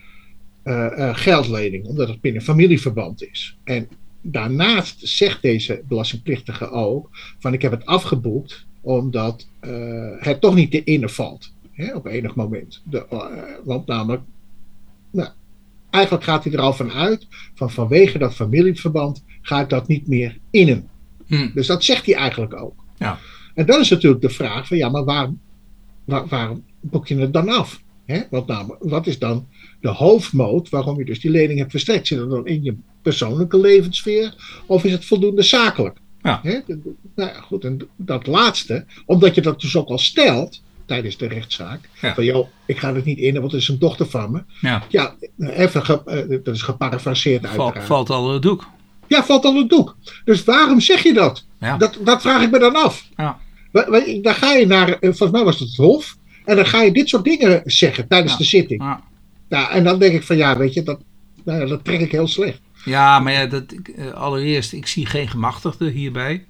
uh, uh, geldlening, omdat het binnen familieverband is. En daarnaast zegt deze belastingplichtige ook van ik heb het afgeboekt omdat uh, het toch niet te innen valt, hè, op enig moment. De, uh, want namelijk, nou, eigenlijk gaat hij er al van uit van vanwege dat familieverband ga ik dat niet meer innen. Hmm. Dus dat zegt hij eigenlijk ook. Ja. En dan is natuurlijk de vraag van ja, maar waarom, waar, waarom boek je het dan af? Hè? Want namelijk, wat is dan de hoofdmoot waarom je dus die lening hebt verstrekt? Zit het dan in je persoonlijke levenssfeer of is het voldoende zakelijk? Ja. Hè? Nou ja, goed, en dat laatste, omdat je dat dus ook al stelt tijdens de rechtszaak, ja. Van joh, ik ga het niet in, want het is een dochter van me. Ja, ja even, ge, dat is geparafraseerd uiteraard. Valt, valt al het doek. Ja, valt al het doek. Dus waarom zeg je dat? Ja. Dat, dat vraag ik me dan af. Ja. Dan ga je naar, volgens mij was het het Hof, en dan ga je dit soort dingen zeggen tijdens ja. de zitting. Ja. Ja, en dan denk ik van ja, weet je, dat, nou, dat trek ik heel slecht. Ja, maar ja, dat, allereerst, ik zie geen gemachtigde hierbij.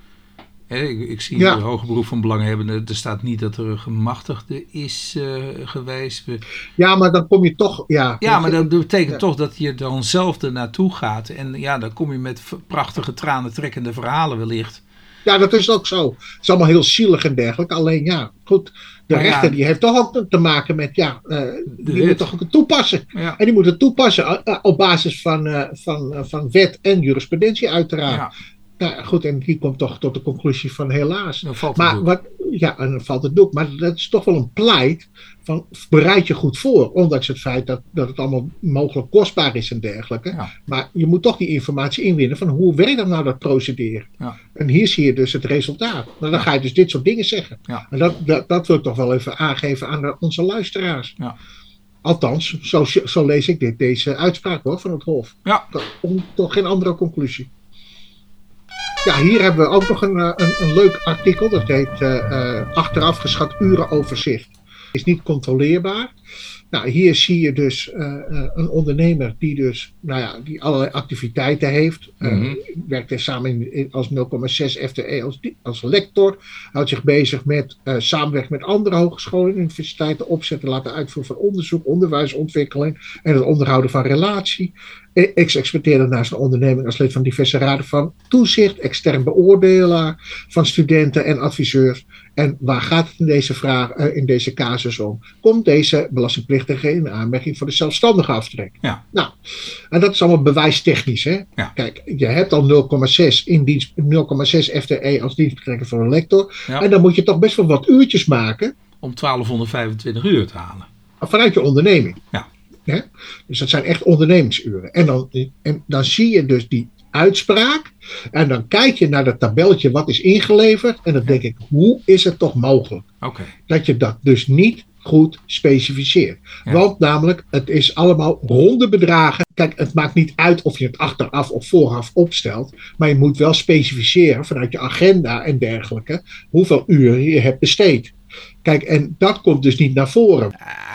He, ik, ik zie ja. de hoge beroep van belanghebbenden, er staat niet dat er een gemachtigde is uh, geweest. Ja, maar dan kom je toch... Ja, ja maar dat betekent ja. toch dat je dan zelf er naartoe gaat. En ja, dan kom je met prachtige tranen trekkende verhalen wellicht. Ja, dat is ook zo. Het is allemaal heel zielig en dergelijke. Alleen ja, goed, de maar rechter ja, die heeft toch ook te maken met, ja, uh, die moet toch ook het toepassen. Ja. En die moet het toepassen uh, op basis van, uh, van, uh, van wet en jurisprudentie uiteraard. Ja. Nou goed, en die komt toch tot de conclusie van helaas. Dan valt het maar wat, ja, en dan valt het doek. Maar dat is toch wel een pleit van bereid je goed voor. Ondanks het feit dat, dat het allemaal mogelijk kostbaar is en dergelijke. Ja. Maar je moet toch die informatie inwinnen van hoe werkt dat nou dat procederen. Ja. En hier zie je dus het resultaat. Nou, dan ga je dus dit soort dingen zeggen. Ja. En dat, dat, dat wil ik toch wel even aangeven aan de, onze luisteraars. Ja. Althans, zo, zo lees ik dit, deze uitspraak hoor, van het Hof. Ja. Om toch geen andere conclusie. Ja, hier hebben we ook nog een, een, een leuk artikel. Dat heet uh, uh, achteraf geschat urenoverzicht. Is niet controleerbaar. Nou, hier zie je dus uh, uh, een ondernemer die dus, nou ja, die allerlei activiteiten heeft. Uh, mm-hmm. Werkt er samen in, in, als nul komma zes F T E als, als lector. Houdt zich bezig met uh, samenwerking met andere hogescholen en universiteiten opzetten, laten uitvoeren van onderzoek, onderwijsontwikkeling en het onderhouden van relatie. Ex-experteerde naast zijn onderneming als lid van diverse raden van toezicht, extern beoordelaar van studenten en adviseurs. En waar gaat het in deze vraag, uh, in deze casus om? Komt deze belastingplichtige in aanmerking voor de zelfstandige aftrek? Ja. Nou, en dat is allemaal bewijstechnisch. Hè? Ja. Kijk, je hebt al nul komma zes in dienst, nul komma zes F T E als dienstbetrekking voor een lector. Ja. En dan moet je toch best wel wat uurtjes maken. Om twaalfhonderdvijfentwintig uur te halen. Vanuit je onderneming. Ja. Ja? Dus dat zijn echt ondernemingsuren. En dan, en dan zie je dus die uitspraak En dan kijk je naar dat tabelletje wat is ingeleverd. En dan denk ik, hoe is het toch mogelijk? Okay. Dat je dat dus niet goed specificeert. Ja. Want namelijk, het is allemaal ronde bedragen. Kijk, het maakt niet uit of je het achteraf of vooraf opstelt. Maar je moet wel specificeren vanuit je agenda en dergelijke hoeveel uren je hebt besteed. Kijk, en dat komt dus niet naar voren.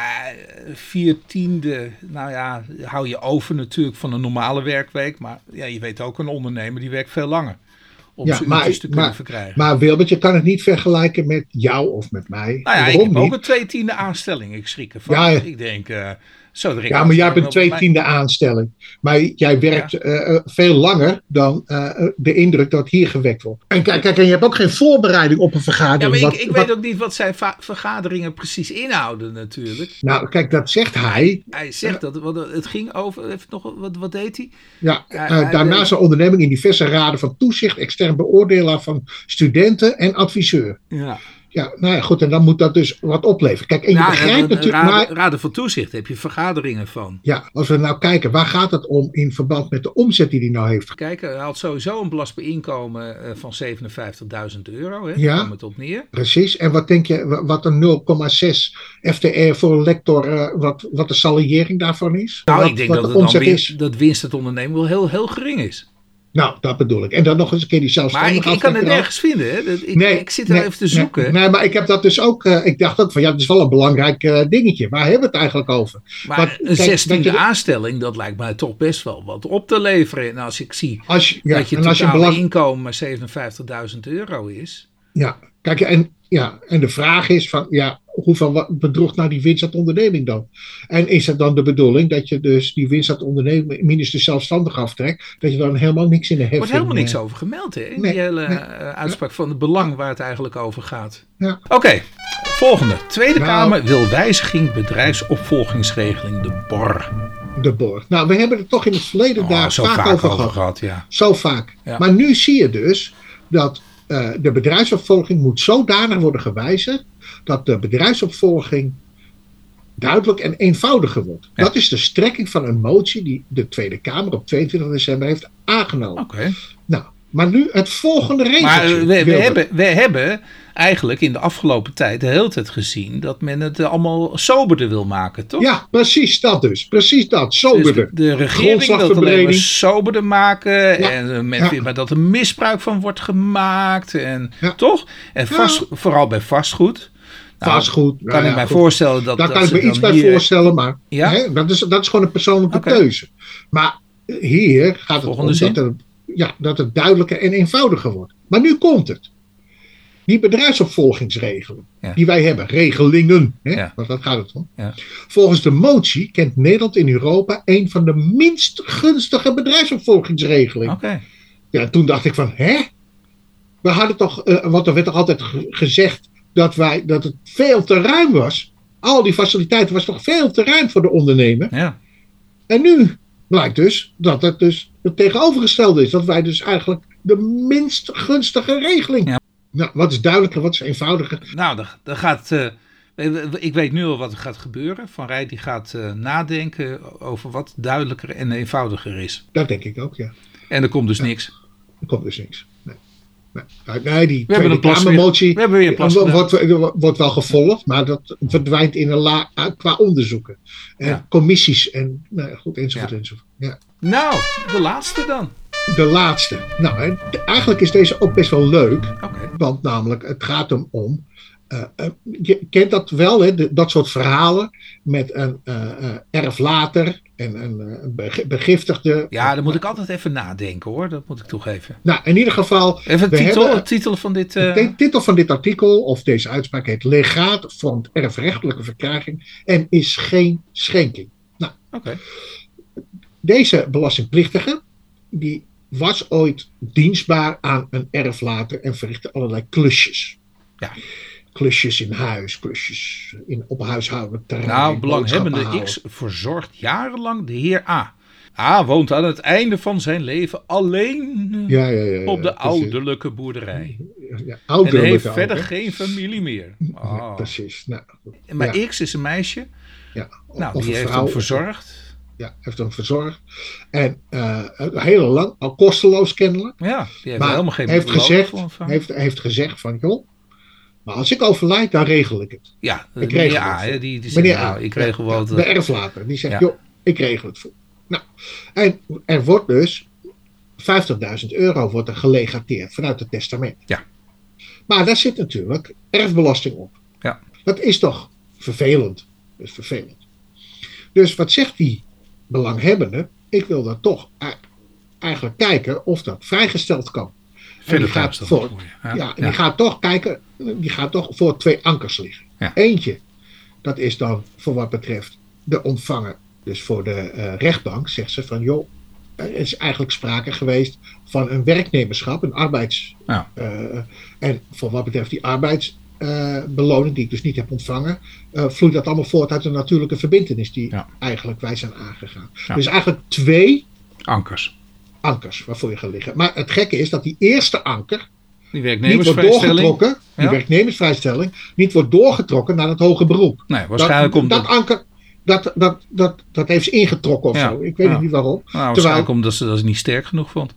Uh, vier tiende, nou ja, hou je over natuurlijk van een normale werkweek. Maar ja, je weet ook, een ondernemer die werkt veel langer. Om ja, zijn maar, uurtjes te kunnen maar, verkrijgen. Maar Wilbert, je kan het niet vergelijken met jou of met mij. Nou ja, Waarom ik heb niet? ook een twee tiende aanstelling. Ik schrik ervan. Ja, ja. Ik denk, uh, zo direct. Ja, maar jij hebt een twee tiende aanstelling. Maar jij werkt ja. uh, veel langer dan uh, de indruk dat hier gewekt wordt. En kijk, kijk, en je hebt ook geen voorbereiding op een vergadering. Ja, maar ik, wat, ik wat, weet ook niet wat zijn va- vergaderingen precies inhouden natuurlijk. Nou, kijk, dat zegt hij. Hij zegt dat, want het ging over, even nog, wat, wat deed hij? Ja, uh, daarnaast een onderneming in diverse raden van toezicht, extern beoordelaar van studenten en adviseur. Ja. Ja, nou ja, goed, en dan moet dat dus wat opleveren. Kijk, en je nou, begrijpt natuurlijk... Raden, maar, raden van toezicht heb je vergaderingen van. Ja, als we nou kijken, waar gaat het om in verband met de omzet die hij nou heeft? Kijk, hij had sowieso een belastbaar inkomen van zevenenvijftigduizend euro. Hè? Ja, daar kwam het op neer. Precies. En wat denk je, wat een nul komma zes F T R voor een lector, uh, wat, wat de salariering daarvan is? Nou, wat, ik denk wat dat, de het dan is? winst, dat winst het ondernemen wel heel, heel gering is. Nou, dat bedoel ik. En dan nog eens een keer die zelfstandige. Maar ik, ik kan het nergens vinden. Hè? Ik, nee, ik zit er nee, even te zoeken. Nee, nee, maar ik heb dat dus ook. Uh, ik dacht ook van ja, dat is wel een belangrijk uh, dingetje. Waar hebben we het eigenlijk over? Maar Want, een zestiende je, aanstelling, dat lijkt mij toch best wel wat op te leveren. En als ik zie als je, ja, dat je en als je totale belang... inkomen maar zevenenvijftigduizend euro is. Ja, kijk, en, ja, en de vraag is van ja, hoeveel bedroegt nou die winst uit onderneming dan? En is het dan de bedoeling dat je dus die winst uit onderneming minus de zelfstandig aftrekt, dat je dan helemaal niks in de heffing... Er wordt helemaal niks over gemeld, hè? In nee, die hele nee, uitspraak van het belang waar het eigenlijk over gaat. Ja. Oké, okay, volgende. Tweede nou, Kamer wil wijziging bedrijfsopvolgingsregeling, de B O R. De B O R. Nou, we hebben het toch in het verleden oh, daar zo vaak, vaak over, over gehad. gehad ja. Zo vaak. Ja. Maar nu zie je dus dat uh, de bedrijfsopvolging moet zodanig worden gewijzigd dat de bedrijfsopvolging duidelijk en eenvoudiger wordt. Ja. Dat is de strekking van een motie die de Tweede Kamer op tweeëntwintig december heeft aangenomen. Oké. Okay. Nou, maar nu het volgende regeltje. Maar uh, we, we, hebben, we hebben eigenlijk in de afgelopen tijd de hele tijd gezien dat men het allemaal soberder wil maken, toch? Ja, precies dat dus. Precies dat, soberder. Dus de, de regering wil het alleen maar soberder maken. Ja. En men ja. vindt maar dat er misbruik van wordt gemaakt. En, ja. Toch? En vast, ja. vooral bij vastgoed. Nou, vastgoed. Kan ja, ik mij goed. voorstellen dat... Daar dat kan ik me iets bij hier... voorstellen, maar ja? hè, dat, is, dat is gewoon een persoonlijke okay. keuze. Maar hier gaat het Volgende om dat, er, ja, dat het duidelijker en eenvoudiger wordt. Maar nu komt het. Die bedrijfsopvolgingsregelen ja. die wij hebben, regelingen, hè, ja. want dat gaat het om. Ja. Volgens de motie kent Nederland in Europa een van de minst gunstige bedrijfsopvolgingsregelingen. Okay. Ja, toen dacht ik van, hè? We hadden toch, uh, want er werd toch altijd ge- gezegd dat, wij, dat het veel te ruim was. Al die faciliteiten was toch veel te ruim voor de ondernemer. Ja. En nu blijkt dus dat het dus het tegenovergestelde is. Dat wij dus eigenlijk de minst gunstige regeling. Ja. Nou, wat is duidelijker, wat is eenvoudiger? Nou, dan gaat... Uh... Ik weet nu al wat er gaat gebeuren. Van Rij die gaat uh, nadenken over wat duidelijker en eenvoudiger is. Dat denk ik ook, ja. En er komt dus ja. niks. Er komt dus niks. Nee. Nee, nee die we Tweede Kamermotie we hebben weer een plas wordt, wordt wel gevolgd, maar dat verdwijnt in een la qua onderzoeken. En ja. commissies en nou, goed, enzovoort, ja. enzovoort. Ja. Nou, de laatste dan. De laatste. Nou, en eigenlijk is deze ook best wel leuk. Okay. Want namelijk, het gaat hem om... Uh, uh, je kent dat wel, hè? De, dat soort verhalen met een uh, uh, erflater en een uh, begiftigde. Ja, daar moet ik altijd even nadenken hoor, dat moet ik toegeven. Nou, in ieder geval... Even de titel, hebben, titel van dit... Uh... De titel van dit artikel, of deze uitspraak heet Legaat vormt erfrechtelijke verkraging en is geen schenking. Nou, okay. Deze belastingplichtige, die was ooit dienstbaar aan een erflater en verrichtte allerlei klusjes. Ja. Klusjes in huis, klusjes in, op huishoudelijk terrein. Nou, belanghebbende X verzorgt jarenlang de heer A. A woont aan het einde van zijn leven alleen ja, ja, ja, ja, op de precies. ouderlijke boerderij. Ja, ouderlijke en heeft ook, verder hè? geen familie meer. Oh. Ja, precies. Nou, maar ja. X is een meisje. Ja, nou, die heeft hem verzorgd. Ja, heeft hem verzorgd. En uh, heel lang, al kosteloos kennelijk. Ja, die heeft maar helemaal geen heeft gezegd, voor heeft, heeft gezegd van, joh, maar als ik overlijd, dan regel ik het. Ja, ik regel A, het. Die, die meneer zegt, nou, A, ik regel ja, wel... Ja, de erflater, die zegt, ja. joh, ik regel het voor. Nou, en er wordt dus vijftigduizend euro wordt er gelegateerd vanuit het testament. Ja. Maar daar zit natuurlijk erfbelasting op. Ja. Dat is toch vervelend. Dat is vervelend. Dus wat zegt die belanghebbende? Ik wil dan toch eigenlijk kijken of dat vrijgesteld kan. En die gaat, voor, ja, ja, en die ja. gaat toch kijken, die gaat toch voor twee ankers liggen. Ja. Eentje, dat is dan voor wat betreft de ontvanger. Dus voor de uh, rechtbank zegt ze van, joh, er is eigenlijk sprake geweest van een werknemerschap, een arbeids... Ja. Uh, en voor wat betreft die arbeidsbeloning, uh, die ik dus niet heb ontvangen, uh, vloeit dat allemaal voort uit een natuurlijke verbintenis die ja. eigenlijk wij zijn aangegaan. Ja. Dus eigenlijk twee ankers. ankers waarvoor je gaat liggen. Maar het gekke is dat die eerste anker die niet wordt doorgetrokken, ja. die werknemersvrijstelling, niet wordt doorgetrokken naar het hoger beroep. Nee, waarschijnlijk dat, omdat... dat anker, dat, dat, dat, dat heeft ze ingetrokken of ja. zo. Ik weet ja. niet waarom. Nou, waarschijnlijk Terwijl, omdat ze dat niet sterk genoeg vond.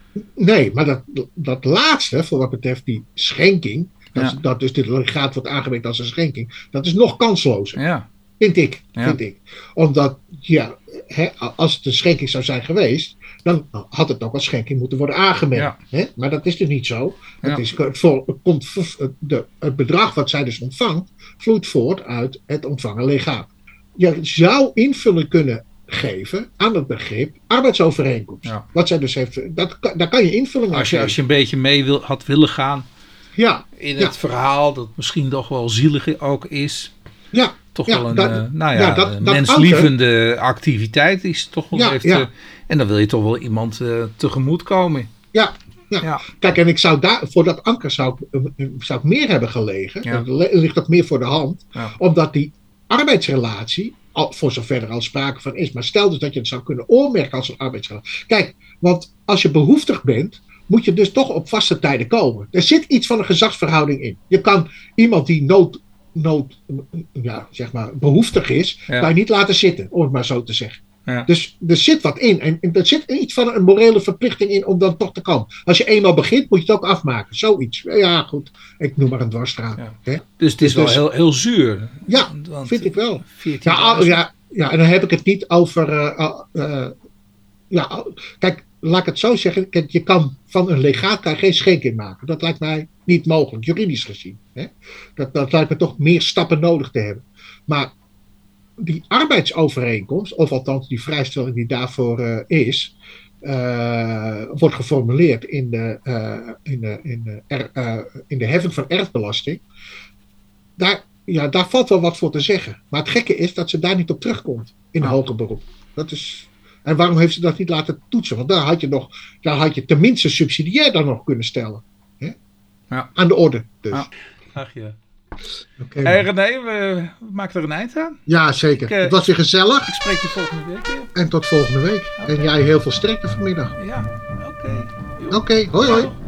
Nee, maar dat, dat laatste, voor wat betreft die schenking, dat, ja. is, dat dus dit legaat wordt aangemerkt als een schenking, dat is nog kanslozer. Ja. Vind ik, ja. vind ik. Omdat, ja, hè, als het een schenking zou zijn geweest, dan had het ook als schenking moeten worden aangemerkt. Ja. Hè? Maar dat is dus niet zo. Ja. Het, is, het, vol, het, komt, de, het bedrag wat zij dus ontvangt, vloeit voort uit het ontvangen legaat. Je zou invulling kunnen geven aan het begrip arbeidsovereenkomst. Ja. Wat zij dus heeft, dat, daar kan je invulling aan als je, geven. Als je een beetje mee wil, had willen gaan ja. in ja. het verhaal, dat misschien toch wel zielig ook is. Ja. Toch ja, wel een dat, uh, nou ja, ja, dat, dat menslievende anker, activiteit is toch wel ja, heeft. Ja. Uh, en dan wil je toch wel iemand uh, tegemoet komen. Ja, ja. ja. Kijk, en ik zou daar, voor dat anker zou ik, uh, zou ik meer hebben gelegen. Ja. Dan ligt dat meer voor de hand. Ja. Omdat die arbeidsrelatie, al, voor zover er al sprake van is, maar stel dus dat je het zou kunnen oormerken als een arbeidsrelatie. Kijk, want als je behoeftig bent, moet je dus toch op vaste tijden komen. Er zit iets van een gezagsverhouding in. Je kan iemand die nood, nood ja, zeg maar, behoeftig is, ja. kan je niet laten zitten, om het maar zo te zeggen. Ja. Dus er zit wat in. En, en er zit iets van een morele verplichting in om dan toch te komen. Als je eenmaal begint, moet je het ook afmaken. Zoiets. Ja, goed. Ik noem maar een dwarsstraat. Ja. Hè? Dus het is dus, wel heel, heel zuur. Ja, Want vind ik wel. veertien Ja, ja, ja, en dan heb ik het niet over... Uh, uh, ja, kijk, laat ik het zo zeggen. Kijk, je kan van een legaat kan je geen schenking maken. Dat lijkt mij niet mogelijk, juridisch gezien. Hè? Dat, dat lijkt me toch meer stappen nodig te hebben. Maar die arbeidsovereenkomst, of althans die vrijstelling die daarvoor uh, is, uh, wordt geformuleerd in de, uh, in, de, in, de er, uh, in de heffing van erfbelasting. Daar, ja, daar valt wel wat voor te zeggen. Maar het gekke is dat ze daar niet op terugkomt in de hoger beroep. Dat is, en waarom heeft ze dat niet laten toetsen? Want daar had je, nog, daar had je tenminste subsidiair dan nog kunnen stellen. Hè? Ja. Aan de orde dus. Ja. Ach ja. Okay, hey René, we maken er een eind aan. Ja, zeker. Ik, uh, het was weer gezellig. Ik spreek je volgende week weer. En tot volgende week. Okay. En jij heel veel sterkte vanmiddag. Ja, oké. Oké, okay, hoi hoi.